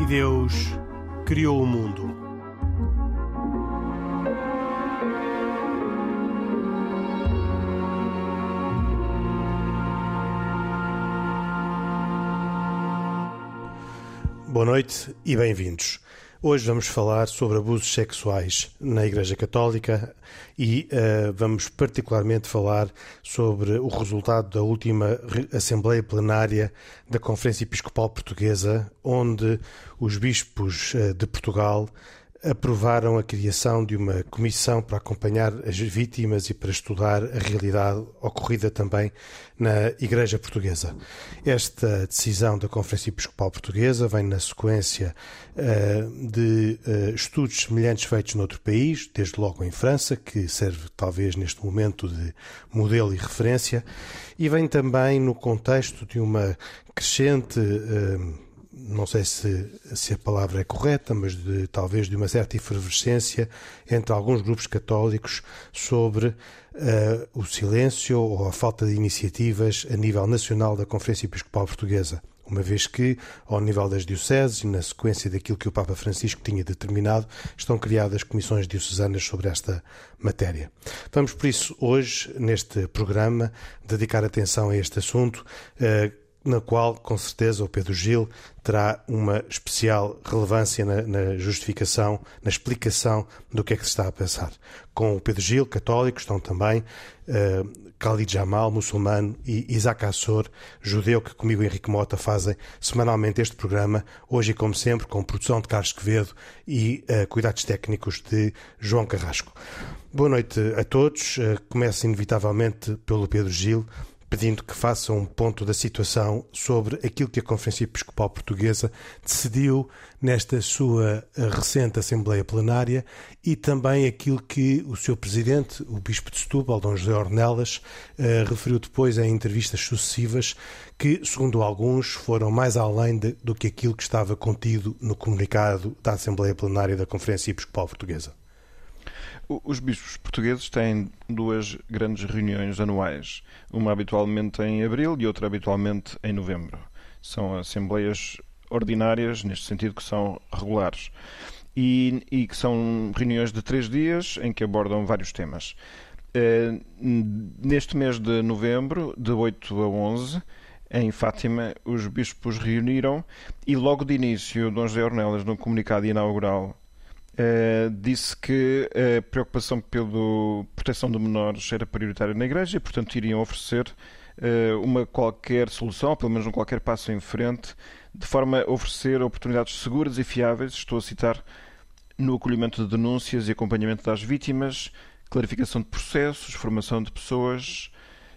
Deus criou o mundo. Boa noite e bem-vindos. Hoje vamos falar sobre abusos sexuais na Igreja Católica e vamos particularmente falar sobre o resultado da última Assembleia Plenária da Conferência Episcopal Portuguesa, onde os bispos de Portugal aprovaram a criação de uma comissão para acompanhar as vítimas e para estudar a realidade ocorrida também na Igreja Portuguesa. Esta decisão da Conferência Episcopal Portuguesa vem na sequência de estudos semelhantes feitos noutro país, desde logo em França, que serve talvez neste momento de modelo e referência, e vem também no contexto de uma crescente não sei se a palavra é correta, mas talvez de uma certa efervescência entre alguns grupos católicos sobre o silêncio ou a falta de iniciativas a nível nacional da Conferência Episcopal Portuguesa, uma vez que, ao nível das dioceses e na sequência daquilo que o Papa Francisco tinha determinado, estão criadas comissões diocesanas sobre esta matéria. Vamos, por isso, hoje, neste programa, dedicar atenção a este assunto, na qual, com certeza, o Pedro Gil terá uma especial relevância na justificação, na explicação do que é que se está a pensar. Com o Pedro Gil, católico, estão também Khalid Jamal, muçulmano, e Isaac Assor, judeu, que comigo e Henrique Mota fazem semanalmente este programa, hoje e como sempre, com produção de Carlos Quevedo e cuidados técnicos de João Carrasco. Boa noite a todos. Começo inevitavelmente pelo Pedro Gil, pedindo que faça um ponto da situação sobre aquilo que a Conferência Episcopal Portuguesa decidiu nesta sua recente Assembleia Plenária e também aquilo que o seu Presidente, o Bispo de Setúbal, Dom José Ornelas, referiu depois em entrevistas sucessivas que, segundo alguns, foram mais além do que aquilo que estava contido no comunicado da Assembleia Plenária da Conferência Episcopal Portuguesa. Os bispos portugueses têm duas grandes reuniões anuais, uma habitualmente em abril e outra habitualmente em novembro. São assembleias ordinárias, neste sentido que são regulares, e que são reuniões de 3 dias em que abordam vários temas. Neste mês de novembro, de 8 a 11, em Fátima, os bispos reuniram e logo de início, Dom José Ornelas, no comunicado inaugural, disse que a preocupação pela proteção de menores era prioritária na Igreja e, portanto, iriam oferecer uma qualquer solução, ou pelo menos um qualquer passo em frente, de forma a oferecer oportunidades seguras e fiáveis, estou a citar, no acolhimento de denúncias e acompanhamento das vítimas, clarificação de processos, formação de pessoas,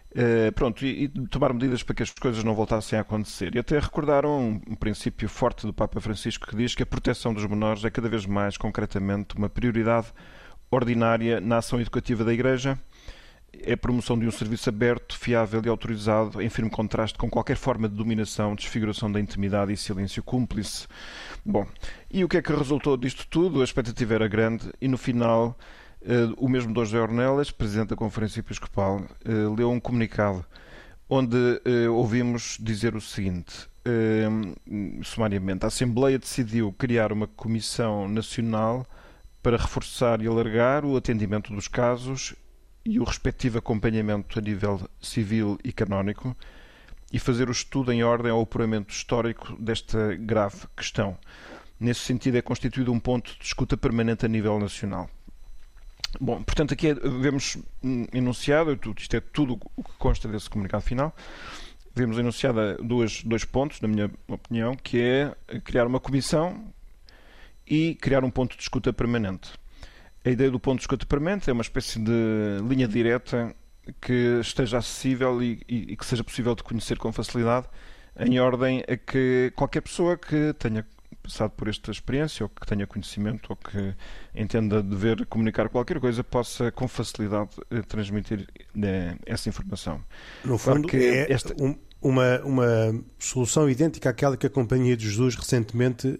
e tomar medidas para que as coisas não voltassem a acontecer. E até recordaram um princípio forte do Papa Francisco que diz que a proteção dos menores é cada vez mais, concretamente, uma prioridade ordinária na ação educativa da Igreja. É a promoção de um serviço aberto, fiável e autorizado, em firme contraste com qualquer forma de dominação, desfiguração da intimidade e silêncio cúmplice. Bom, e o que é que resultou disto tudo? A expectativa era grande e, no final, o mesmo Dom José Ornelas, Presidente da Conferência Episcopal, leu um comunicado onde ouvimos dizer o seguinte, sumariamente: a Assembleia decidiu criar uma comissão nacional para reforçar e alargar o atendimento dos casos e o respectivo acompanhamento a nível civil e canónico e fazer o estudo em ordem ao apuramento histórico desta grave questão. Nesse sentido, é constituído um ponto de escuta permanente a nível nacional. Bom, portanto, aqui vemos enunciado, isto é tudo o que consta desse comunicado final, vemos enunciado dois pontos, na minha opinião, que é criar uma comissão e criar um ponto de escuta permanente. A ideia do ponto de escuta permanente é uma espécie de linha direta que esteja acessível e que seja possível de conhecer com facilidade, em ordem a que qualquer pessoa que tenha passado por esta experiência, ou que tenha conhecimento, ou que entenda dever comunicar qualquer coisa, possa com facilidade transmitir essa informação. No fundo, claro que uma solução idêntica àquela que a Companhia de Jesus recentemente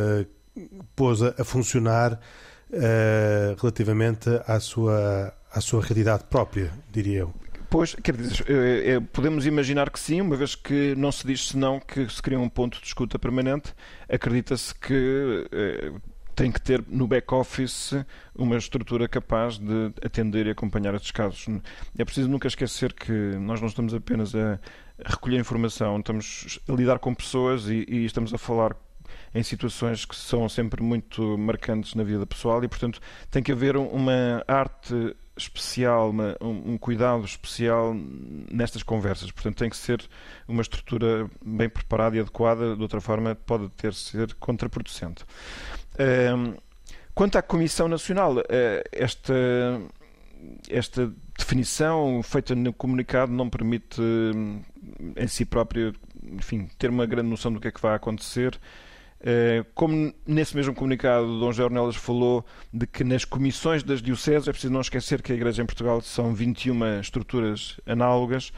pôs a funcionar relativamente à sua realidade própria, diria eu. Pois, quer dizer, podemos imaginar que sim, uma vez que não se diz senão que se cria um ponto de escuta permanente, acredita-se que tem que ter no back-office uma estrutura capaz de atender e acompanhar estes casos. É preciso nunca esquecer que nós não estamos apenas a recolher informação, estamos a lidar com pessoas e estamos a falar em situações que são sempre muito marcantes na vida pessoal e, portanto, tem que haver uma arte especial, um cuidado especial nestas conversas. Portanto, tem que ser uma estrutura bem preparada e adequada, de outra forma pode ser contraproducente. Quanto à Comissão Nacional, esta definição feita no comunicado não permite em si própria, enfim, ter uma grande noção do que é que vai acontecer. Como nesse mesmo comunicado Dom José Ornelas falou de que nas comissões das dioceses, é preciso não esquecer que a Igreja em Portugal são 21 estruturas análogas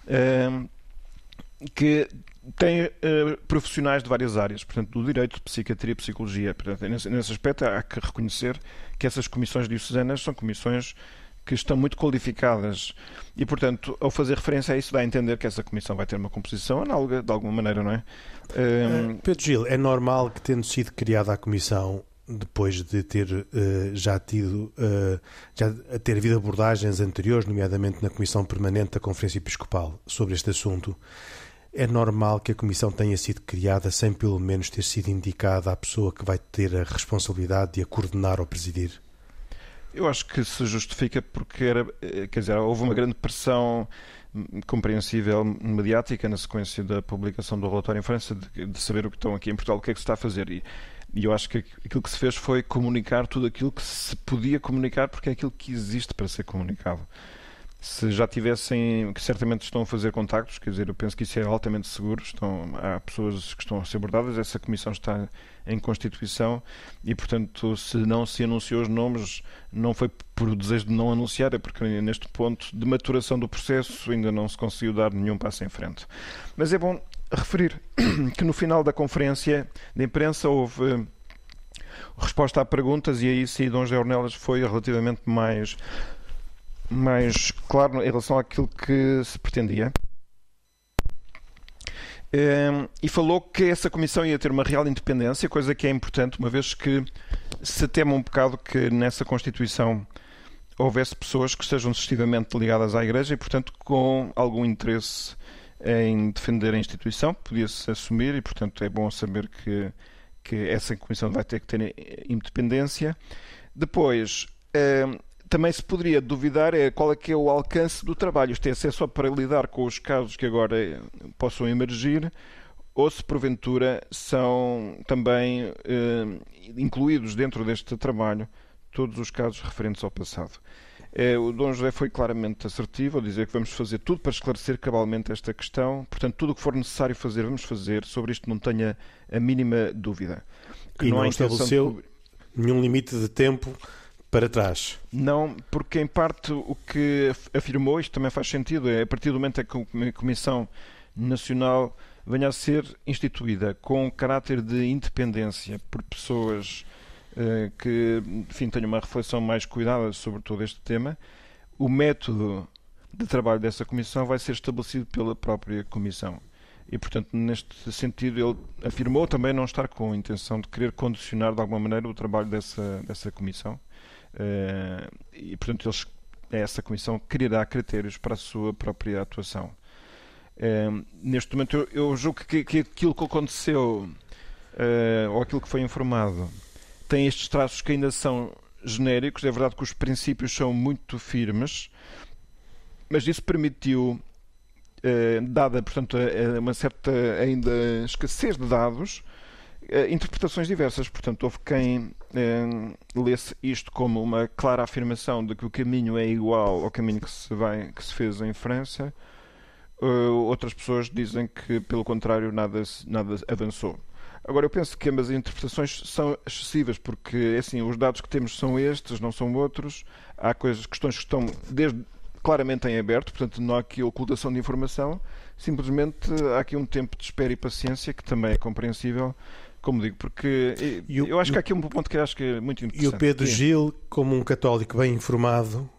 que têm profissionais de várias áreas, portanto, do direito, psiquiatria, psicologia. Portanto, nesse aspecto há que reconhecer que essas comissões diocesanas são comissões que estão muito qualificadas e, portanto, ao fazer referência a isso, dá a entender que essa comissão vai ter uma composição análoga, de alguma maneira, não é? Pedro Gil, é normal que, tendo sido criada a comissão, depois de ter já ter havido abordagens anteriores, nomeadamente na Comissão Permanente da Conferência Episcopal, sobre este assunto, é normal que a comissão tenha sido criada sem pelo menos ter sido indicada a pessoa que vai ter a responsabilidade de a coordenar ou presidir? Eu acho que se justifica porque houve uma grande pressão compreensível mediática na sequência da publicação do relatório em França de saber o que estão aqui em Portugal, o que é que se está a fazer. E eu acho que aquilo que se fez foi comunicar tudo aquilo que se podia comunicar, porque é aquilo que existe para ser comunicado. Se já tivessem, que certamente estão a fazer contactos, quer dizer, eu penso que isso é altamente seguro, há pessoas que estão a ser abordadas, essa comissão está em Constituição e, portanto, se não se anunciou os nomes, não foi por desejo de não anunciar, é porque neste ponto de maturação do processo ainda não se conseguiu dar nenhum passo em frente. Mas é bom referir que no final da conferência de imprensa houve resposta a perguntas e aí sim Dom José Ornelas foi relativamente mais claro em relação àquilo que se pretendia. E falou que essa comissão ia ter uma real independência, coisa que é importante, uma vez que se teme um bocado que nessa Constituição houvesse pessoas que estejam excessivamente ligadas à Igreja e, portanto, com algum interesse em defender a instituição, podia-se assumir e, portanto, é bom saber que essa comissão vai ter que ter independência. Depois, também se poderia duvidar qual é que é o alcance do trabalho. Isto é só para lidar com os casos que agora possam emergir ou se porventura são também incluídos dentro deste trabalho todos os casos referentes ao passado. O Dom José foi claramente assertivo ao dizer que vamos fazer tudo para esclarecer cabalmente esta questão. Portanto, tudo o que for necessário fazer, vamos fazer. Sobre isto não tenha a mínima dúvida. E não estabeleceu nenhum limite de tempo para trás. Não, porque em parte o que afirmou, isto também faz sentido, é a partir do momento em que a Comissão Nacional venha a ser instituída com caráter de independência por pessoas que, enfim, tenham uma reflexão mais cuidada sobre todo este tema, o método de trabalho dessa Comissão vai ser estabelecido pela própria Comissão. E, portanto, neste sentido, ele afirmou também não estar com a intenção de querer condicionar de alguma maneira o trabalho dessa Comissão. E, portanto, essa Comissão criará critérios para a sua própria atuação. Neste momento, eu julgo que aquilo que aconteceu, ou aquilo que foi informado, tem estes traços que ainda são genéricos. É verdade que os princípios são muito firmes, mas isso permitiu, dada, portanto, uma certa ainda escassez de dados, interpretações diversas. Portanto, houve quem lesse isto como uma clara afirmação de que o caminho é igual ao caminho que se fez em França. Outras pessoas dizem que, pelo contrário, nada avançou. Agora, eu penso que ambas as interpretações são excessivas, porque assim, os dados que temos são estes, não são outros. Há questões que estão claramente em aberto, portanto não há aqui ocultação de informação, simplesmente há aqui um tempo de espera e paciência que também é compreensível, como digo, porque eu acho que há aqui um ponto que acho que é muito interessante. E o Pedro Gil, como um católico bem informado,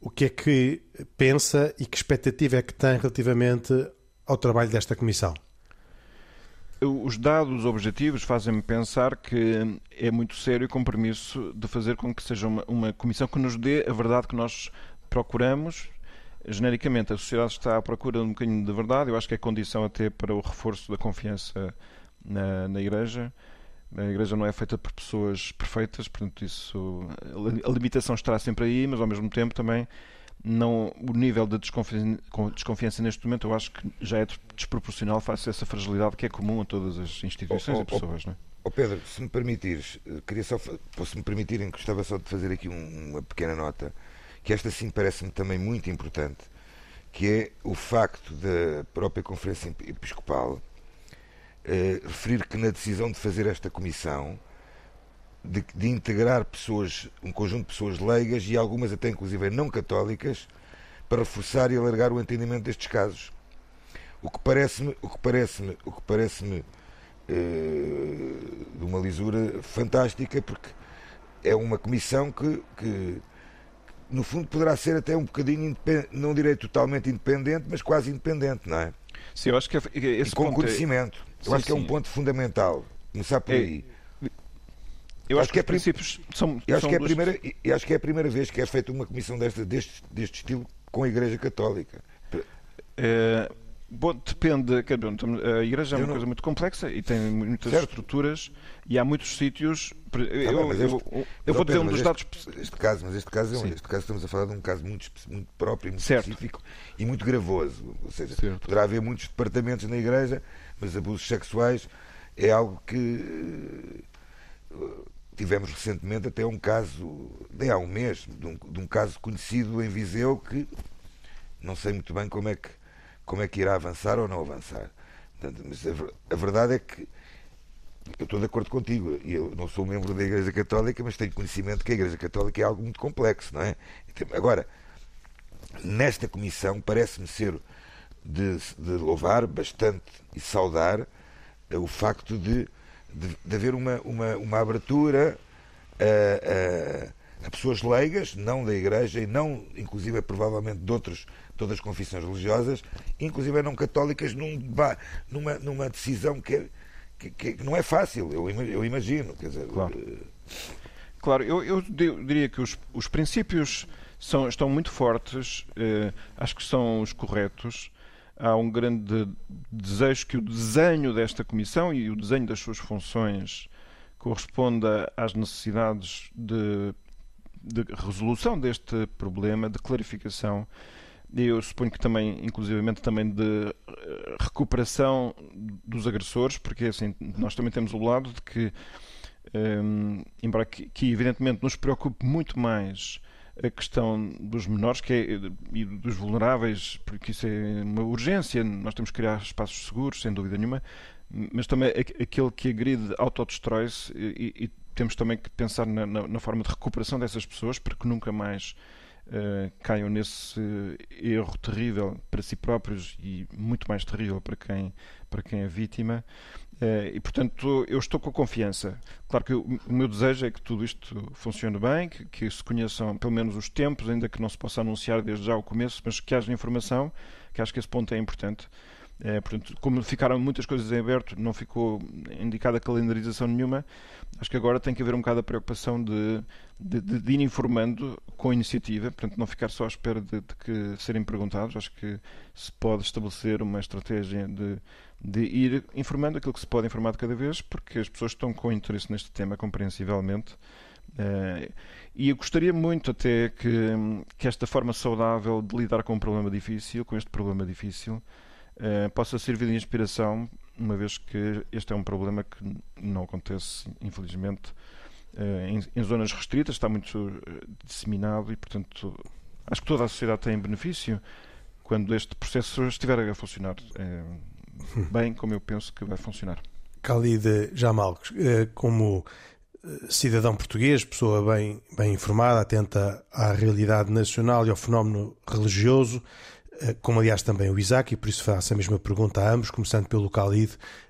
o que é que pensa e que expectativa é que tem relativamente ao trabalho desta Comissão? Os dados objetivos fazem-me pensar que é muito sério o compromisso de fazer com que seja uma comissão que nos dê a verdade que nós procuramos. Genericamente, a sociedade está à procura de um bocadinho de verdade. Eu acho que é condição até para o reforço da confiança na Igreja. A Igreja não é feita por pessoas perfeitas, portanto, a limitação estará sempre aí, mas ao mesmo tempo também o nível de desconfiança neste momento eu acho que já é desproporcional face a essa fragilidade que é comum a todas as instituições e pessoas. Não é? Pedro, se me permitires, se me permitirem, gostava só de fazer aqui uma pequena nota, que esta sim parece-me também muito importante, que é o facto da própria Conferência Episcopal referir que na decisão de fazer esta comissão, de integrar pessoas, um conjunto de pessoas leigas e algumas até inclusive não católicas, para reforçar e alargar o entendimento destes casos. O que parece-me de uma lisura fantástica, porque é uma comissão que no fundo poderá ser até um bocadinho, não direi totalmente independente, mas quase independente, não é? Sim, eu acho que esse e com ponto conhecimento. Eu acho que é um ponto fundamental. Começar por aí. Eu acho que os princípios são... acho que é a primeira vez que é feita uma comissão deste estilo com a Igreja Católica. Bom, depende. A Igreja é uma coisa muito complexa e tem muitas estruturas e há muitos sítios. Eu vou dizer um dos dados. Este caso estamos a falar de um caso muito próprio, muito específico e muito gravoso. Ou seja, poderá haver muitos departamentos na Igreja, mas abusos sexuais é algo que tivemos recentemente até um caso, nem há um mês, de um caso conhecido em Viseu que não sei muito bem como é que irá avançar ou não avançar. Portanto, mas a verdade é que eu estou de acordo contigo. Eu não sou membro da Igreja Católica, mas tenho conhecimento que a Igreja Católica é algo muito complexo, não é? Agora, nesta comissão parece-me ser de louvar bastante e saudar o facto de haver uma abertura a pessoas leigas, não da Igreja e não, inclusive, provavelmente de outras confissões religiosas, inclusive não católicas, numa decisão que não é fácil, eu imagino. Quer dizer, Claro, eu diria que os princípios estão muito fortes, acho que são os corretos. Há um grande desejo que o desenho desta comissão e o desenho das suas funções corresponda às necessidades de resolução deste problema, de clarificação. Eu suponho que também, inclusivamente, também de recuperação dos agressores, porque assim, nós também temos o lado de que, embora que evidentemente nos preocupe muito mais a questão dos menores e dos vulneráveis, porque isso é uma urgência, nós temos que criar espaços seguros, sem dúvida nenhuma, mas também aquele que agride autodestrói-se e temos também que pensar na forma de recuperação dessas pessoas para que nunca mais caiam nesse erro terrível para si próprios e muito mais terrível para quem é vítima. E, portanto, eu estou com confiança. Claro que o meu desejo é que tudo isto funcione bem, que se conheçam pelo menos os tempos, ainda que não se possa anunciar desde já o começo, mas que haja informação, que acho que esse ponto é importante. Portanto, como ficaram muitas coisas em aberto, não ficou indicada calendarização nenhuma, acho que agora tem que haver um bocado a preocupação de ir informando com iniciativa, portanto não ficar só à espera de que serem perguntados. Acho que se pode estabelecer uma estratégia de ir informando aquilo que se pode informar de cada vez, porque as pessoas estão com interesse neste tema, compreensivelmente. E eu gostaria muito até que esta forma saudável de lidar com este problema difícil, possa servir de inspiração, uma vez que este é um problema que não acontece, infelizmente, em zonas restritas, está muito disseminado e, portanto, acho que toda a sociedade tem benefício quando este processo estiver a funcionar bem, como eu penso que vai funcionar. Khalid Jamal, como cidadão português, pessoa bem informada, atenta à realidade nacional e ao fenómeno religioso, como aliás também o Isaac, e por isso faço a mesma pergunta a ambos, começando pelo Khalid.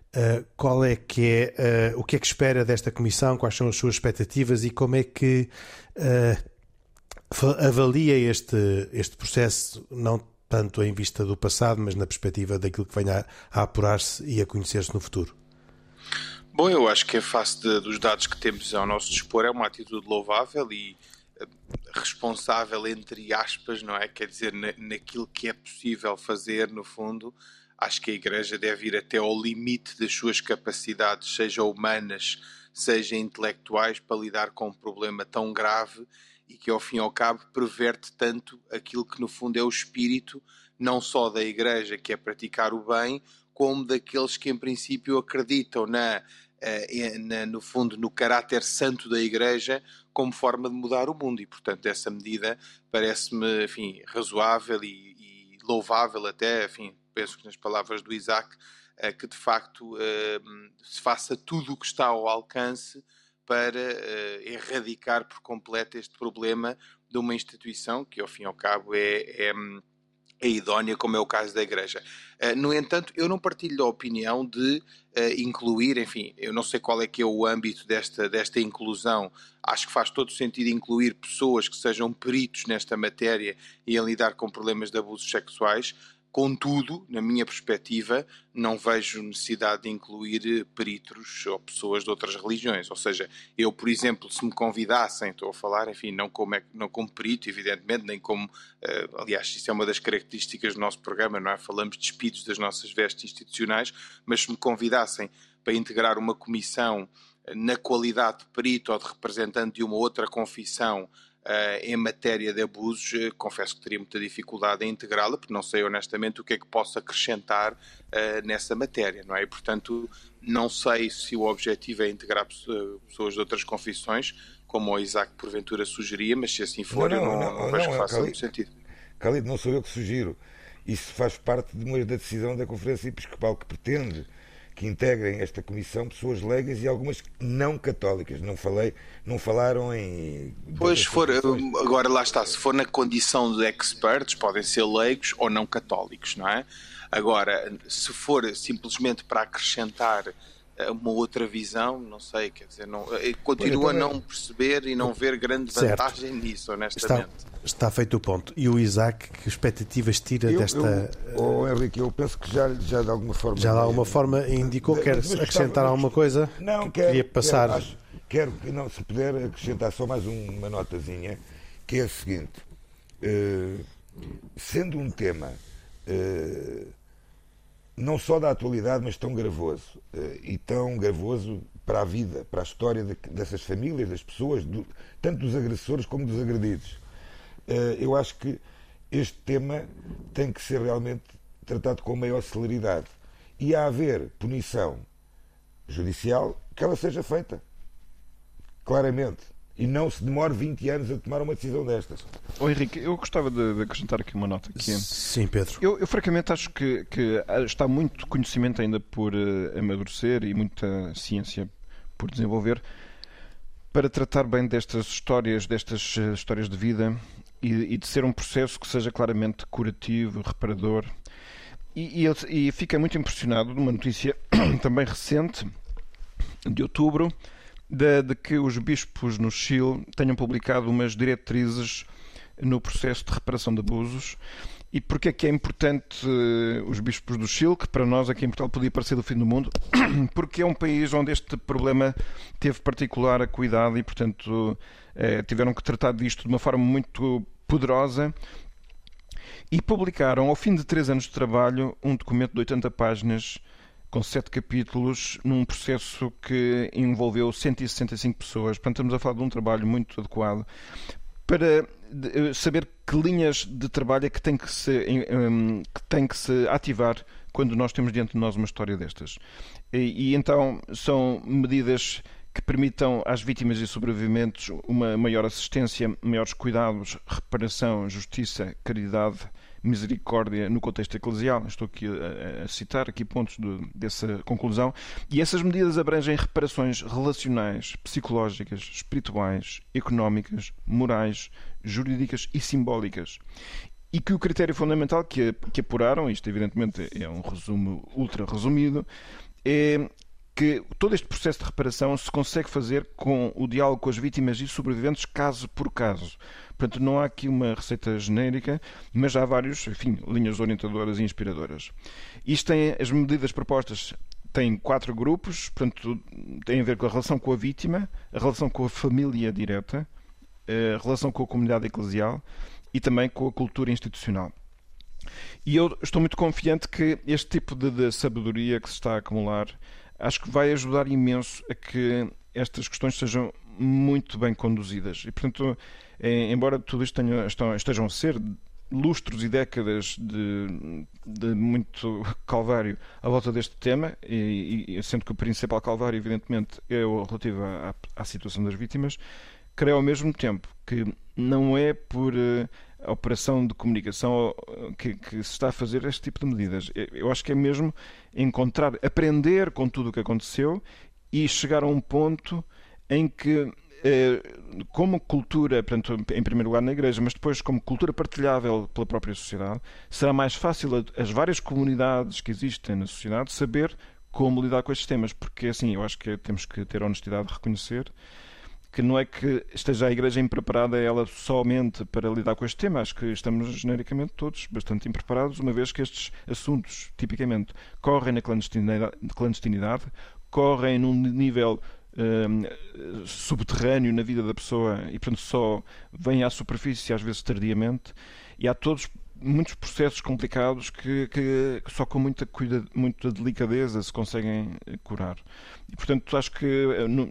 O que é que espera desta comissão, quais são as suas expectativas e como é que avalia este processo não tanto em vista do passado, mas na perspectiva daquilo que venha a apurar-se e a conhecer-se no futuro? Bom, eu acho que a face dos dados que temos ao nosso dispor é uma atitude louvável e responsável, entre aspas, não é? Quer dizer, naquilo que é possível fazer, no fundo, acho que a Igreja deve ir até ao limite das suas capacidades, seja humanas, seja intelectuais, para lidar com um problema tão grave e que, ao fim e ao cabo, perverte tanto aquilo que, no fundo, é o espírito, não só da Igreja, que é praticar o bem, como daqueles que, em princípio, acreditam no fundo, no caráter santo da Igreja como forma de mudar o mundo. E, portanto, essa medida parece-me, enfim, razoável e louvável até, enfim, penso que nas palavras do Isaac, que de facto se faça tudo o que está ao alcance para erradicar por completo este problema de uma instituição que, ao fim e ao cabo, é idónea, como é o caso da Igreja. No entanto, eu não partilho da opinião de incluir, enfim, eu não sei qual é que é o âmbito desta inclusão. Acho que faz todo sentido incluir pessoas que sejam peritos nesta matéria e em lidar com problemas de abusos sexuais. Contudo, na minha perspectiva, não vejo necessidade de incluir peritos ou pessoas de outras religiões. Ou seja, eu, por exemplo, se me convidassem, estou a falar, enfim, não como perito, evidentemente, nem como... aliás, isso é uma das características do nosso programa, não é? Falamos despidos das nossas vestes institucionais, mas se me convidassem para integrar uma comissão na qualidade de perito ou de representante de uma outra confissão em matéria de abusos, confesso que teria muita dificuldade em integrá-la, porque não sei honestamente o que é que posso acrescentar nessa matéria, não é? E, portanto, não sei se o objetivo é integrar pessoas de outras confissões, como o Isaac porventura sugeria, mas se assim for, eu não vejo que faça muito sentido. Khalid, não sou eu que sugiro. Isso faz parte da decisão da Conferência Episcopal, que pretende que integrem esta comissão pessoas leigas e algumas não católicas. Não falaram em... Pois, agora lá está, se for na condição de experts, podem ser leigos ou não católicos, não é? Agora, se for simplesmente para acrescentar uma outra visão, não sei, quer dizer, continuo a não perceber e não ver grande vantagem nisso, honestamente. Está feito o ponto. E o Isaac, que expectativas tira desta... Henrique, eu penso que já de alguma forma... Já de alguma forma indicou, quer acrescentar alguma coisa? Não, queria passar... Quero, se puder acrescentar só mais uma notazinha, que é o seguinte, sendo um tema não só da atualidade, mas tão gravoso, e tão gravoso para a vida, para a história dessas famílias, das pessoas, tanto dos agressores como dos agredidos. Eu acho que este tema tem que ser realmente tratado com maior celeridade. E a haver punição judicial, que ela seja feita. Claramente. E não se demore 20 anos a tomar uma decisão destas. Henrique, eu gostava de acrescentar aqui uma nota. Sim, Pedro. Eu francamente acho que está muito conhecimento ainda por amadurecer e muita ciência por desenvolver para tratar bem destas histórias de vida e de ser um processo que seja claramente curativo, reparador. E fiquei muito impressionado numa notícia também recente, de outubro, de que os bispos no Chile tenham publicado umas diretrizes no processo de reparação de abusos. E porque é que é importante os bispos do Chile, que para nós aqui em Portugal podia parecer do fim do mundo? Porque é um país onde este problema teve particular acuidado e, portanto, tiveram que tratar disto de uma forma muito poderosa. E publicaram, ao fim de 3 anos de trabalho, um documento de 80 páginas com 7 capítulos, num processo que envolveu 165 pessoas. Portanto, estamos a falar de um trabalho muito adequado para saber que linhas de trabalho é que tem que se ativar quando nós temos diante de nós uma história destas. E então são medidas que permitam às vítimas e sobreviventes uma maior assistência, maiores cuidados, reparação, justiça, caridade, misericórdia no contexto eclesial. Estou aqui a citar aqui pontos dessa conclusão. E essas medidas abrangem reparações relacionais, psicológicas, espirituais, económicas, morais, jurídicas e simbólicas. E que o critério fundamental que apuraram, isto evidentemente é um resumo ultra resumido, é que todo este processo de reparação se consegue fazer com o diálogo com as vítimas e sobreviventes caso por caso. Portanto, não há aqui uma receita genérica, mas há várias, linhas orientadoras e inspiradoras. Isto tem as medidas propostas. Tem 4 grupos, portanto, tem a ver com a relação com a vítima, a relação com a família direta, a relação com a comunidade eclesial e também com a cultura institucional. E eu estou muito confiante que este tipo de sabedoria que se está a acumular, acho que vai ajudar imenso a que estas questões sejam muito bem conduzidas. E, portanto, embora tudo isto estejam a ser lustros e décadas de muito calvário à volta deste tema, e sendo que o principal calvário, evidentemente, é o relativo à situação das vítimas, creio ao mesmo tempo que não é por a operação de comunicação que se está a fazer este tipo de medidas. Eu acho que é mesmo aprender com tudo o que aconteceu e chegar a um ponto em que, como cultura, portanto, em primeiro lugar na Igreja, mas depois como cultura partilhável pela própria sociedade, será mais fácil as várias comunidades que existem na sociedade saber como lidar com estes temas, porque assim, eu acho que temos que ter a honestidade de reconhecer que não é que esteja a Igreja impreparada ela somente para lidar com este tema. Acho que estamos genericamente todos bastante impreparados, uma vez que estes assuntos, tipicamente, correm na clandestinidade, correm num nível subterrâneo na vida da pessoa e, portanto, só vêm à superfície, às vezes tardiamente, e há muitos processos complicados que só com muita delicadeza se conseguem curar. E, portanto, acho que,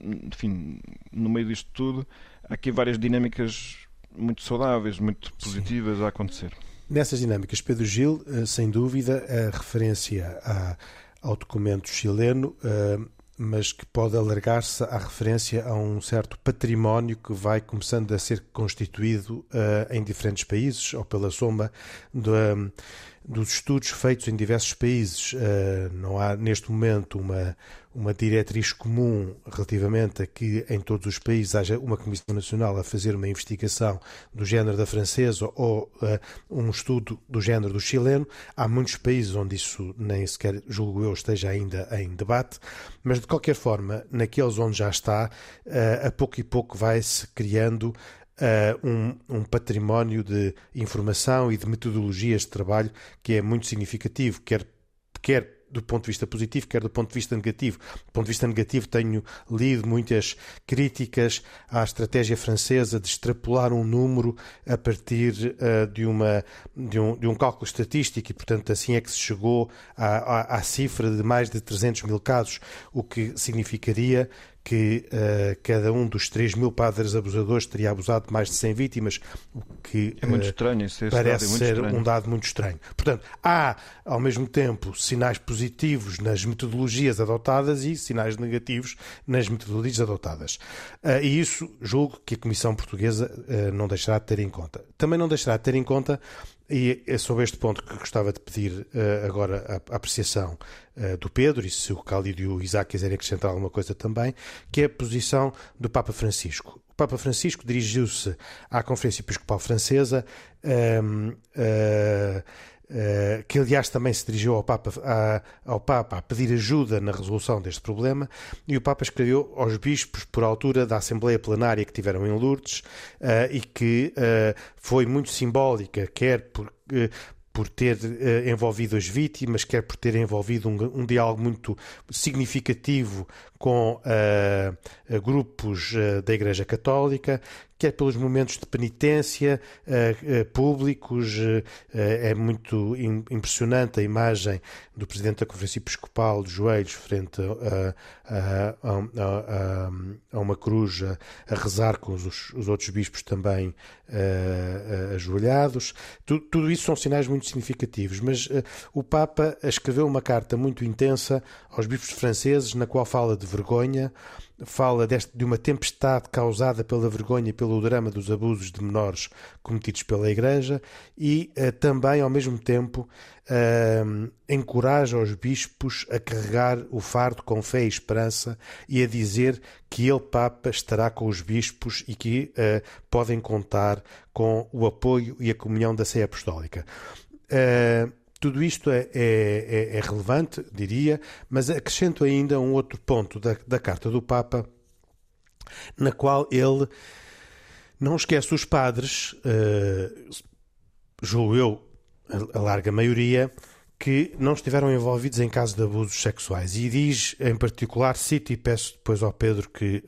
no meio disto tudo, há aqui várias dinâmicas muito saudáveis, muito positivas a acontecer. Nessas dinâmicas, Pedro Gil, sem dúvida, a referência ao documento chileno, mas que pode alargar-se à referência a um certo património que vai começando a ser constituído em diferentes países, ou pela soma dos estudos feitos em diversos países. Não há, neste momento, uma diretriz comum relativamente a que em todos os países haja uma Comissão Nacional a fazer uma investigação do género da francesa ou um estudo do género do chileno. Há muitos países onde isso nem sequer, julgo eu, esteja ainda em debate, mas de qualquer forma, naqueles onde já está, a pouco e pouco vai-se criando um património de informação e de metodologias de trabalho que é muito significativo, quer do ponto de vista positivo, quer do ponto de vista negativo. Do ponto de vista negativo, tenho lido muitas críticas à estratégia francesa de extrapolar um número a partir de um cálculo estatístico e, portanto, assim é que se chegou à cifra de mais de 300 mil casos, o que significaria que cada um dos 3.000 padres abusadores teria abusado de mais de 100 vítimas, o que é muito estranho, parece ser estranho. Um dado muito estranho. Portanto, há, ao mesmo tempo, sinais positivos nas metodologias adotadas e sinais negativos nas metodologias adotadas. E isso julgo que a Comissão Portuguesa não deixará de ter em conta. Também não deixará de ter em conta, e é sobre este ponto que gostava de pedir agora a apreciação do Pedro, e se o Cálido e o Isaac quiserem acrescentar alguma coisa também, que é a posição do Papa Francisco. O Papa Francisco dirigiu-se à Conferência Episcopal Francesa, que aliás também se dirigiu ao Papa a pedir ajuda na resolução deste problema, e o Papa escreveu aos bispos por altura da Assembleia Plenária que tiveram em Lourdes, e que foi muito simbólica, quer por ter envolvido as vítimas, quer por ter envolvido um diálogo muito significativo com grupos da Igreja Católica, quer pelos momentos de penitência públicos. É muito impressionante a imagem do Presidente da Conferência Episcopal de joelhos frente a uma cruz a rezar com os outros bispos também ajoelhados. Tudo isso são sinais muito significativos, mas o Papa escreveu uma carta muito intensa aos bispos franceses, na qual fala de vergonha, fala de uma tempestade causada pela vergonha e pelo drama dos abusos de menores cometidos pela Igreja, e também, ao mesmo tempo, encoraja os bispos a carregar o fardo com fé e esperança e a dizer que ele, Papa, estará com os bispos e que podem contar com o apoio e a comunhão da Sé Apostólica. Tudo isto é relevante, diria, mas acrescento ainda um outro ponto da Carta do Papa, na qual ele não esquece os padres, julgo eu, a larga maioria, que não estiveram envolvidos em casos de abusos sexuais. E diz, em particular, cito e peço depois ao Pedro que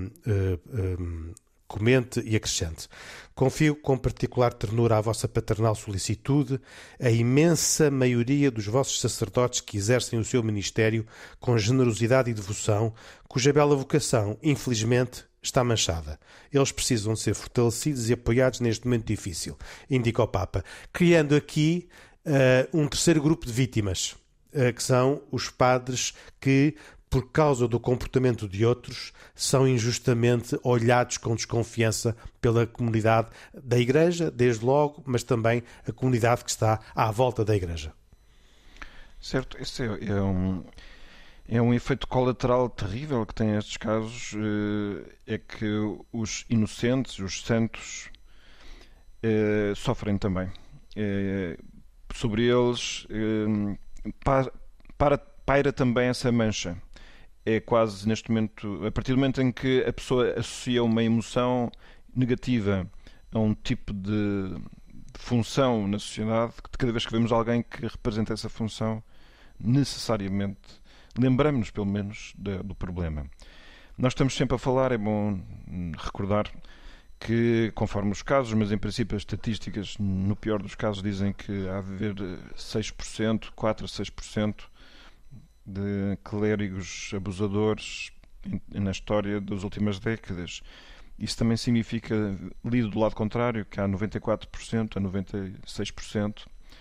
comente e acrescente. Confio com particular ternura à vossa paternal solicitude a imensa maioria dos vossos sacerdotes que exercem o seu ministério com generosidade e devoção, cuja bela vocação, infelizmente, está manchada. Eles precisam ser fortalecidos e apoiados neste momento difícil, indica o Papa, criando aqui um terceiro grupo de vítimas, que são os padres que, por causa do comportamento de outros, são injustamente olhados com desconfiança pela comunidade da Igreja, desde logo, mas também a comunidade que está à volta da Igreja. Certo, esse é um efeito colateral terrível que tem estes casos, é que os inocentes, os santos, sofrem também. Sobre eles paira também essa mancha. É quase neste momento, a partir do momento em que a pessoa associa uma emoção negativa a um tipo de função na sociedade, cada vez que vemos alguém que representa essa função, necessariamente lembramos-nos pelo menos do problema. Nós estamos sempre a falar, é bom recordar que, conforme os casos, mas em princípio as estatísticas, no pior dos casos, dizem que há de haver 6%, 4 a 6% de clérigos abusadores na história das últimas décadas. Isso também significa, lido do lado contrário, que há 94% a 96%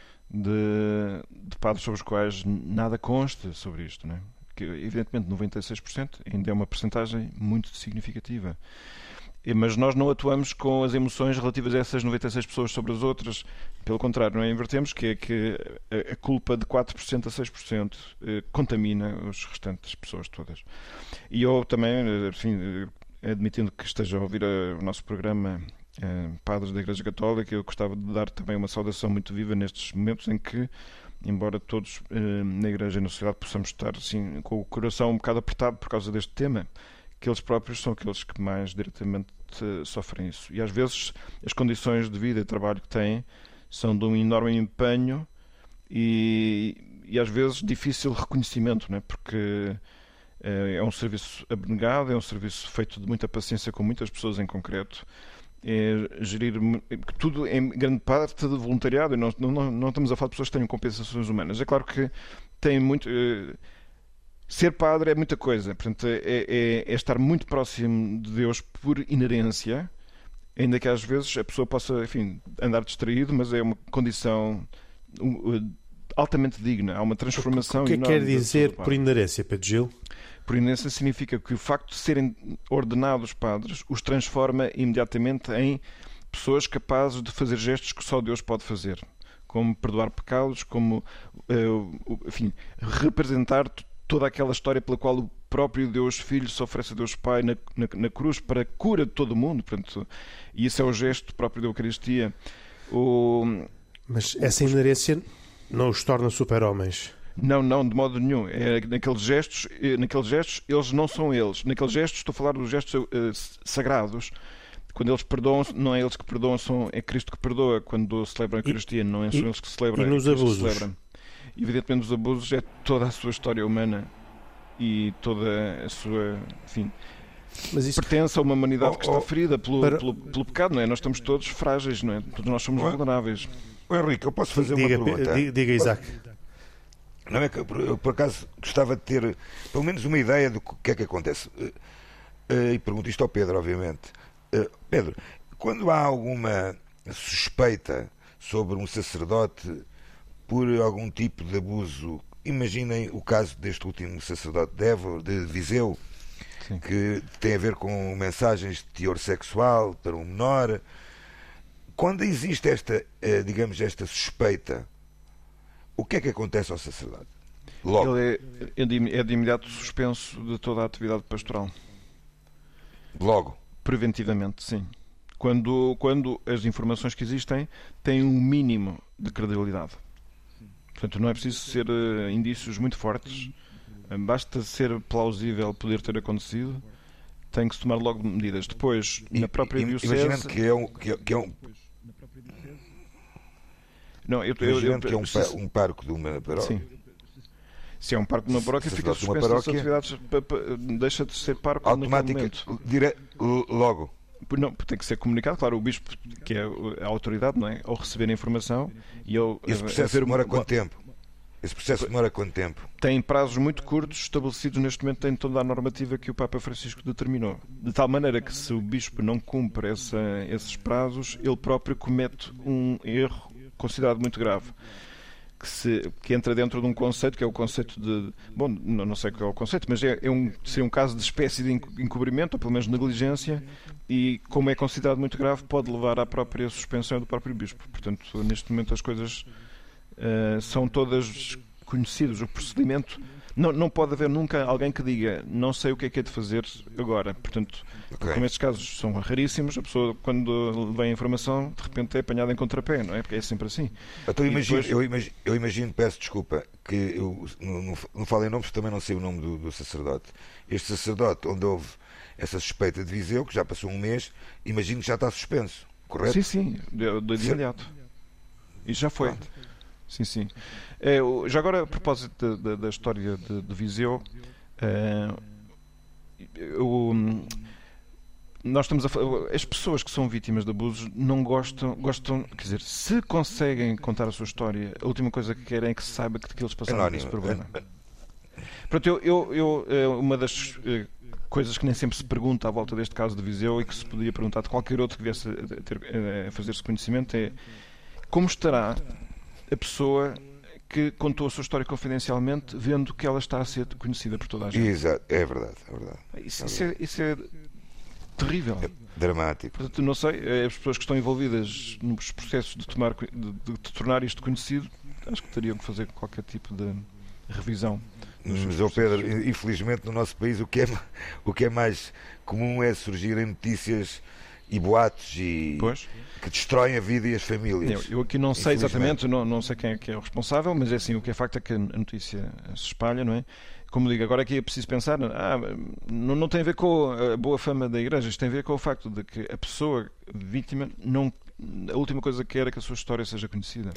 de padres sobre os quais nada consta sobre isto, não é? Que, evidentemente, 96% ainda é uma percentagem muito significativa. Mas nós não atuamos com as emoções relativas a essas 96 pessoas sobre as outras. Pelo contrário, não é? Invertemos, que é que a culpa de 4% a 6% contamina as restantes pessoas todas. E eu também, enfim, admitindo que esteja a ouvir o nosso programa Padres da Igreja Católica, eu gostava de dar também uma saudação muito viva nestes momentos em que, embora todos na Igreja e na sociedade possamos estar assim, com o coração um bocado apertado por causa deste tema, que eles próprios são aqueles que mais diretamente sofrem isso. E às vezes as condições de vida e trabalho que têm são de um enorme empenho e às vezes difícil reconhecimento, não é? Porque é um serviço abnegado, é um serviço feito de muita paciência com muitas pessoas em concreto, é gerir tudo em grande parte de voluntariado, e não estamos a falar de pessoas que tenham compensações humanas. É claro que tem muito... Ser padre é muita coisa, portanto, é estar muito próximo de Deus por inerência, ainda que às vezes a pessoa possa, enfim, andar distraído, mas é uma condição altamente digna. Há uma transformação enorme. O que quer dizer por inerência, Pedro Gil? Por inerência significa que o facto de serem ordenados padres os transforma imediatamente em pessoas capazes de fazer gestos que só Deus pode fazer, como perdoar pecados, como, enfim, representar toda aquela história pela qual o próprio Deus Filho se oferece a Deus Pai na cruz para a cura de todo o mundo. Portanto, e isso é o gesto próprio da Eucaristia. Mas essa inerência não os torna super-homens? Não, de modo nenhum. Naqueles gestos, eles não são eles. Naqueles gestos, estou a falar dos gestos sagrados. Quando eles perdoam, não é eles que perdoam, é Cristo que perdoa. Quando celebram a Eucaristia, não são eles que celebram. E nos abusos? Evidentemente, os abusos é toda a sua história humana e toda a sua, enfim, pertence a uma humanidade que está ferida pelo pecado, não é? Nós estamos todos frágeis, não é? Todos nós somos vulneráveis. Henrique, eu posso fazer uma pergunta? Diga, Isaac. Não é que eu, por acaso, gostava de ter pelo menos uma ideia do que é que acontece. E pergunto isto ao Pedro, obviamente. Pedro, quando há alguma suspeita sobre um sacerdote por algum tipo de abuso, imaginem o caso deste último sacerdote de Viseu, sim, que tem a ver com mensagens de teor sexual para um menor. Quando existe esta suspeita, o que é que acontece ao sacerdote? Logo. Ele é de imediato suspenso de toda a atividade pastoral. Logo? Preventivamente, sim. Quando as informações que existem têm um mínimo de credibilidade. Portanto, não é preciso ser indícios muito fortes. Basta ser plausível poder ter acontecido. Tem que se tomar logo medidas. Depois, na própria diocese... Imaginando que é um... Não, imaginando que é um pároco de uma paróquia. Sim. Se é um pároco de uma paróquia, fica suspenso das atividades, deixa de ser pároco automática, logo. Não, tem que ser comunicado, claro, o bispo, que é a autoridade, não é? Ao receber a informação e ao... Esse processo demora quanto tempo? Esse processo demora quanto tempo? Tem prazos muito curtos estabelecidos neste momento, tem toda a normativa que o Papa Francisco determinou. De tal maneira que se o bispo não cumpre esses prazos, ele próprio comete um erro considerado muito grave. Que entra dentro de um conceito que é o conceito de... Bom, não sei qual é o conceito, mas seria um caso de espécie de encobrimento, ou pelo menos negligência, e como é considerado muito grave, pode levar à própria suspensão do próprio bispo. Portanto, neste momento as coisas são todas conhecidas. O procedimento... Não pode haver nunca alguém que diga não sei o que é de fazer agora. Portanto, como estes casos são raríssimos, a pessoa, quando vem a informação, de repente é apanhada em contrapé, não é? Porque é sempre assim. Então, eu imagino, peço desculpa, que eu não falo em nomes, também não sei o nome do sacerdote. Este sacerdote, onde houve essa suspeita de Viseu, que já passou um mês, imagino que já está suspenso, correto? Sim, de imediato. Isso já foi. Pronto. Sim. Já agora, a propósito da história de Viseu, nós estamos as pessoas que são vítimas de abusos não gostam, quer dizer, se conseguem contar a sua história, a última coisa que querem é que se saiba que eles passaram por esse problema. Pronto, uma das coisas que nem sempre se pergunta à volta deste caso de Viseu e que se podia perguntar de qualquer outro que viesse a fazer-se conhecimento é como estará a pessoa que contou a sua história confidencialmente, vendo que ela está a ser conhecida por toda a gente. Exato, é verdade. Isso é terrível. É dramático. Portanto, não sei, as pessoas que estão envolvidas nos processos de tornar isto conhecido, acho que teriam que fazer qualquer tipo de revisão. Mas, Pedro, infelizmente no nosso país o que é mais comum é surgirem notícias e boatos que destroem a vida e as famílias. Eu aqui não sei exatamente, não sei quem é que é o responsável, mas é assim, o que é facto é que a notícia se espalha, não é? Como digo, agora aqui é preciso pensar, não tem a ver com a boa fama da Igreja, isto tem a ver com o facto de que a pessoa vítima a última coisa que quer é que a sua história seja conhecida.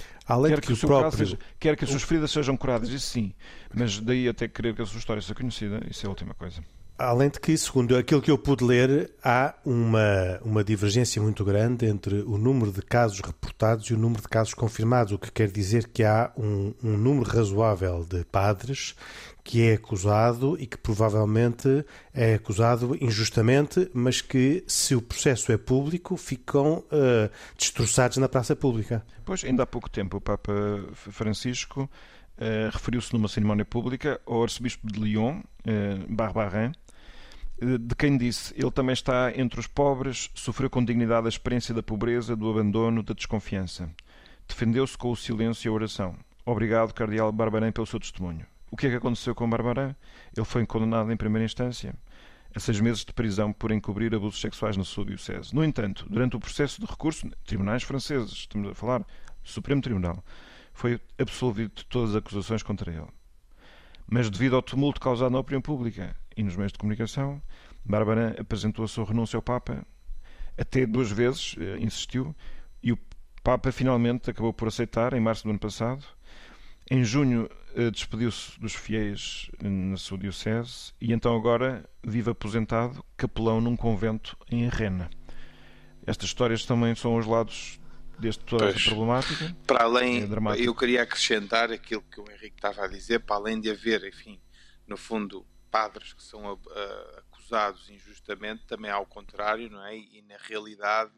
Quer que as suas feridas sejam curadas, isso sim, mas daí até querer que a sua história seja conhecida, isso é a última coisa. Além de que, segundo aquilo que eu pude ler, há uma divergência muito grande entre o número de casos reportados e o número de casos confirmados, o que quer dizer que há um número razoável de padres que é acusado e que provavelmente é acusado injustamente, mas que, se o processo é público, ficam destroçados na praça pública. Pois, ainda há pouco tempo o Papa Francisco referiu-se numa cerimónia pública ao arcebispo de Lyon, Barbarin, de quem disse: ele também está entre os pobres, sofreu com dignidade a experiência da pobreza, do abandono, da desconfiança. Defendeu-se com o silêncio e a oração. Obrigado, cardeal Barbarin, pelo seu testemunho. O que é que aconteceu com Barbarin? Ele foi condenado em primeira instância a 6 meses de prisão por encobrir abusos sexuais na sua diocese. No entanto, durante o processo de recurso, tribunais franceses, estamos a falar, Supremo Tribunal, foi absolvido de todas as acusações contra ele. Mas devido ao tumulto causado na opinião pública e nos meios de comunicação, Barbarin apresentou a sua renúncia ao Papa, até 2 vezes insistiu, e o Papa finalmente acabou por aceitar, em março do ano passado. Em junho despediu-se dos fiéis na sua diocese e então agora vive aposentado, capelão num convento em Rennes. Estas histórias também são os lados deste toda esta problemática. Para além, eu queria acrescentar aquilo que o Henrique estava a dizer, para além de haver, enfim, no fundo, padres que são acusados injustamente, também há o contrário, não é? E na realidade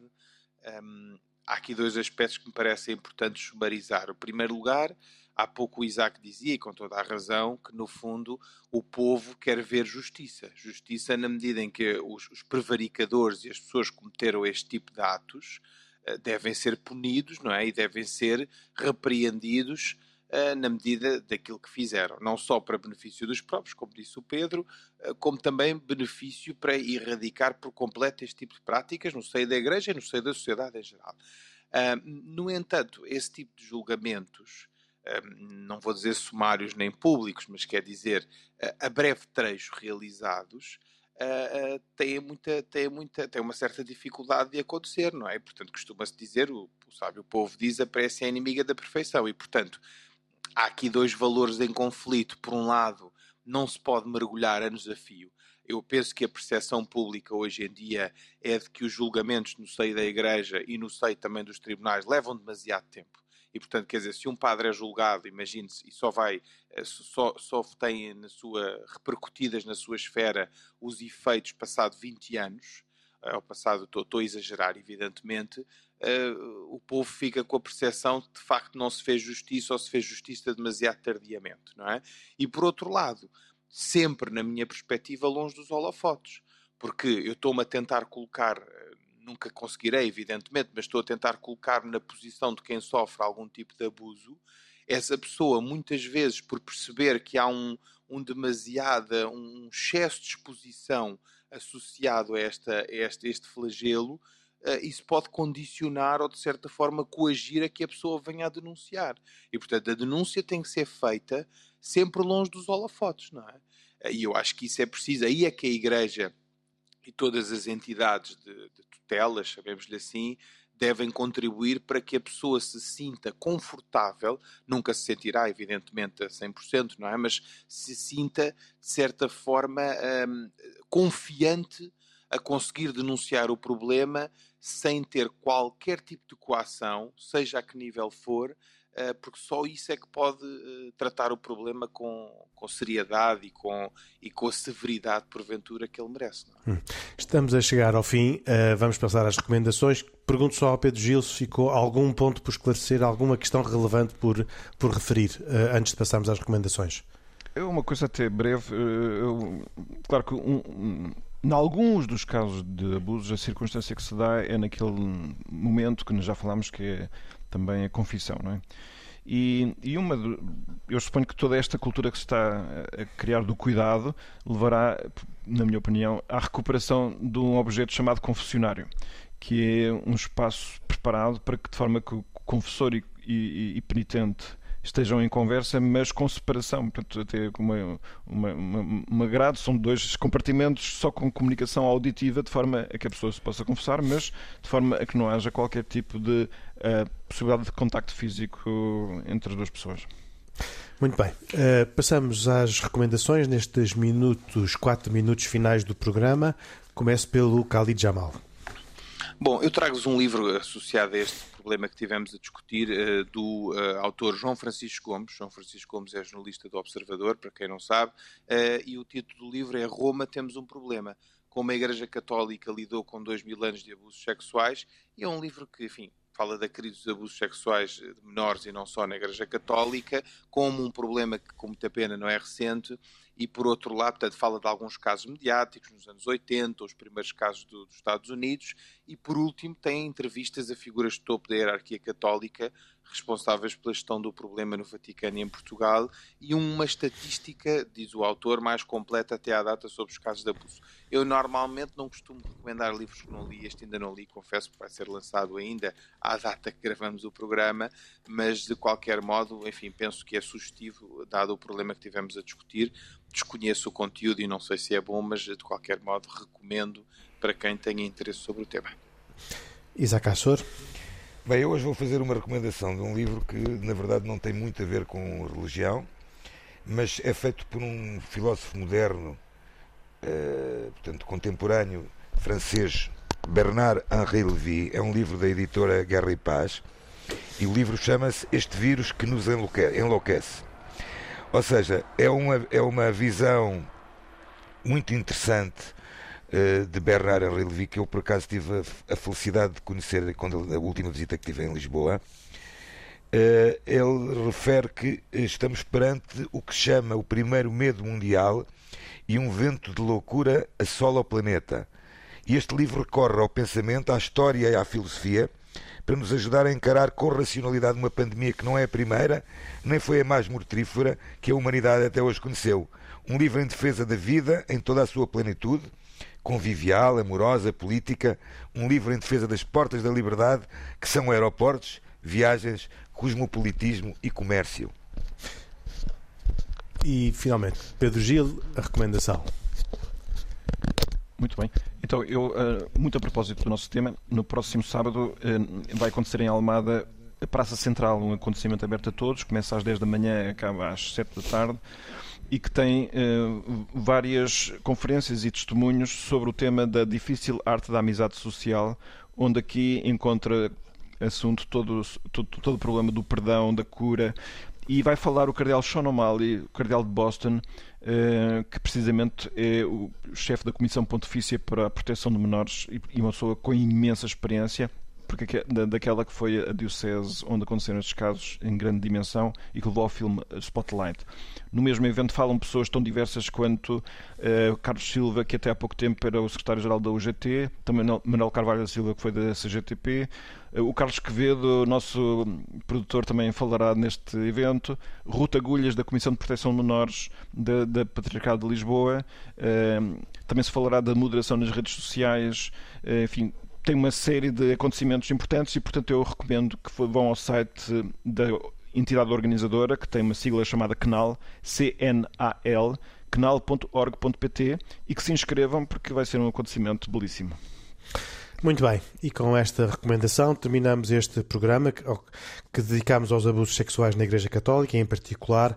há aqui 2 aspectos que me parecem importantes sumarizar. O primeiro lugar, há pouco o Isaac dizia, e com toda a razão, que no fundo o povo quer ver justiça. Justiça na medida em que os prevaricadores e as pessoas que cometeram este tipo de atos devem ser punidos, não é? E devem ser repreendidos na medida daquilo que fizeram. Não só para benefício dos próprios, como disse o Pedro, como também benefício para erradicar por completo este tipo de práticas no seio da Igreja e no seio da sociedade em geral. No entanto, esse tipo de julgamentos não vou dizer sumários nem públicos, mas quer dizer, a breve trecho realizados, tem uma certa dificuldade de acontecer, não é? Portanto, costuma-se dizer, o sábio povo diz, a pressa é inimiga da perfeição, e portanto há aqui dois valores em conflito. Por um lado, não se pode mergulhar anos a fio. Eu penso que a percepção pública hoje em dia é de que os julgamentos no seio da Igreja e no seio também dos tribunais levam demasiado tempo. E, portanto, quer dizer, se um padre é julgado, imagine-se, e só tem repercutidas na sua esfera os efeitos passado 20 anos, estou a exagerar, evidentemente, o povo fica com a percepção de facto não se fez justiça ou se fez justiça demasiado tardiamente, não é? E, por outro lado, sempre, na minha perspectiva, longe dos holofotes, porque eu estou-me a tentar colocar... Nunca conseguirei, evidentemente, mas estou a tentar colocar-me na posição de quem sofre algum tipo de abuso. Essa pessoa, muitas vezes, por perceber que há um excesso de exposição associado a este flagelo, isso pode condicionar ou, de certa forma, coagir a que a pessoa venha a denunciar. E, portanto, a denúncia tem que ser feita sempre longe dos holofotes, não é? E eu acho que isso é preciso. Aí é que a Igreja e todas as entidades de tutelas, chamemos-lhe assim, devem contribuir para que a pessoa se sinta confortável, nunca se sentirá, evidentemente, a 100%, não é? Mas se sinta, de certa forma, confiante a conseguir denunciar o problema sem ter qualquer tipo de coação, seja a que nível for, porque só isso é que pode tratar o problema com seriedade e com a severidade, porventura, que ele merece. Não é? Estamos a chegar ao fim, vamos passar às recomendações. Pergunto só ao Pedro Gil se ficou algum ponto por esclarecer, alguma questão relevante por referir, antes de passarmos às recomendações. É uma coisa até breve. Claro que em alguns dos casos de abusos, a circunstância que se dá é naquele momento que nós já falámos, que é também a confissão, não é? Eu suponho que toda esta cultura que se está a criar do cuidado levará, na minha opinião, à recuperação de um objeto chamado confessionário, que é um espaço preparado para que, de forma que o confessor e penitente estejam em conversa, mas com separação, portanto, até com uma grade, são dois compartimentos só com comunicação auditiva, de forma a que a pessoa se possa confessar, mas de forma a que não haja qualquer tipo de possibilidade de contacto físico entre as duas pessoas. Muito bem, passamos às recomendações nestes 4 minutos finais do programa. Começo pelo Khalid Jamal. Bom, eu trago-vos um livro associado a este problema que tivemos a discutir, do autor João Francisco Gomes. João Francisco Gomes é jornalista do Observador, para quem não sabe, e o título do livro é Roma, temos um problema. Como a Igreja Católica lidou com 2000 anos de abusos sexuais, e é um livro que, enfim, fala da crise dos abusos sexuais de menores e não só na Igreja Católica, como um problema que, com muita pena, não é recente, e por outro lado, portanto, fala de alguns casos mediáticos nos anos 80, os primeiros casos dos Estados Unidos, e por último tem entrevistas a figuras de topo da hierarquia católica responsáveis pela gestão do problema no Vaticano e em Portugal, e uma estatística, diz o autor, mais completa até à data sobre os casos de abuso. Eu normalmente não costumo recomendar livros que não li, este ainda não li, confesso que vai ser lançado ainda à data que gravamos o programa, mas de qualquer modo, enfim, penso que é sugestivo, dado o problema que tivemos a discutir. Desconheço o conteúdo e não sei se é bom, mas de qualquer modo recomendo para quem tenha interesse sobre o tema. Isaac Assor. Bem, eu hoje vou fazer uma recomendação de um livro que na verdade não tem muito a ver com religião, mas é feito por um filósofo moderno, portanto contemporâneo, francês, Bernard-Henri Lévy. É um livro da editora Guerra e Paz, e o livro chama-se Este Vírus que nos enlouquece. Ou seja, é uma visão muito interessante de Bernard-Henri Lévy, que eu por acaso tive a felicidade de conhecer a última visita que tive em Lisboa. Ele refere que estamos perante o que chama o primeiro medo mundial e um vento de loucura assola o planeta. E este livro recorre ao pensamento, à história e à filosofia para nos ajudar a encarar com racionalidade uma pandemia que não é a primeira, nem foi a mais mortífera que a humanidade até hoje conheceu. Um livro em defesa da vida em toda a sua plenitude, convivial, amorosa, política, um livro em defesa das portas da liberdade, que são aeroportos, viagens, cosmopolitismo e comércio. E, finalmente, Pedro Gil, a recomendação. Muito bem. Então, muito a propósito do nosso tema, no próximo sábado vai acontecer em Almada a Praça Central, um acontecimento aberto a todos, começa às 10 da manhã, acaba às 7 da tarde, e que tem várias conferências e testemunhos sobre o tema da difícil arte da amizade social, onde aqui encontra assunto todo o problema do perdão, da cura, e vai falar o cardeal Sean O'Malley, o cardeal de Boston, que precisamente é o chefe da Comissão Pontifícia para a Proteção de Menores e uma pessoa com imensa experiência, porque daquela que foi a diocese onde aconteceram estes casos em grande dimensão e que levou ao filme Spotlight. No mesmo evento falam pessoas tão diversas quanto Carlos Silva, que até há pouco tempo era o secretário-geral da UGT, também Manuel Carvalho da Silva, que foi da CGTP, o Carlos Quevedo, nosso produtor, também falará neste evento, Ruta Agulhas, da Comissão de Proteção de Menores da Patriarcado de Lisboa, também se falará da moderação nas redes sociais, enfim, tem uma série de acontecimentos importantes e, portanto, eu recomendo que vão ao site da entidade organizadora, que tem uma sigla chamada CNAL, C-N-A-L, canal.org.pt, e que se inscrevam porque vai ser um acontecimento belíssimo. Muito bem, e com esta recomendação terminamos este programa que dedicamos aos abusos sexuais na Igreja Católica, e em particular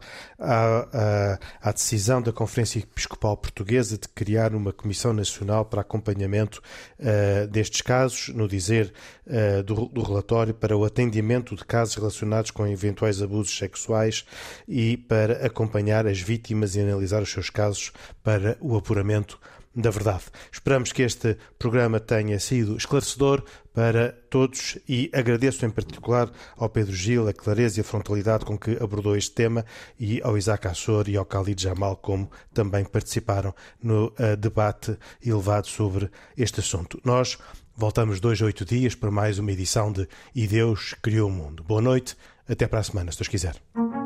à decisão da Conferência Episcopal Portuguesa de criar uma Comissão Nacional para acompanhamento destes casos, no dizer do relatório, para o atendimento de casos relacionados com eventuais abusos sexuais e para acompanhar as vítimas e analisar os seus casos para o apuramento da verdade. Esperamos que este programa tenha sido esclarecedor para todos e agradeço em particular ao Pedro Gil a clareza e a frontalidade com que abordou este tema, e ao Isaac Assor e ao Khalid Jamal, como também participaram no debate elevado sobre este assunto. Nós voltamos 2 a 8 dias para mais uma edição de E Deus Criou o Mundo. Boa noite, até para a semana, se Deus quiser.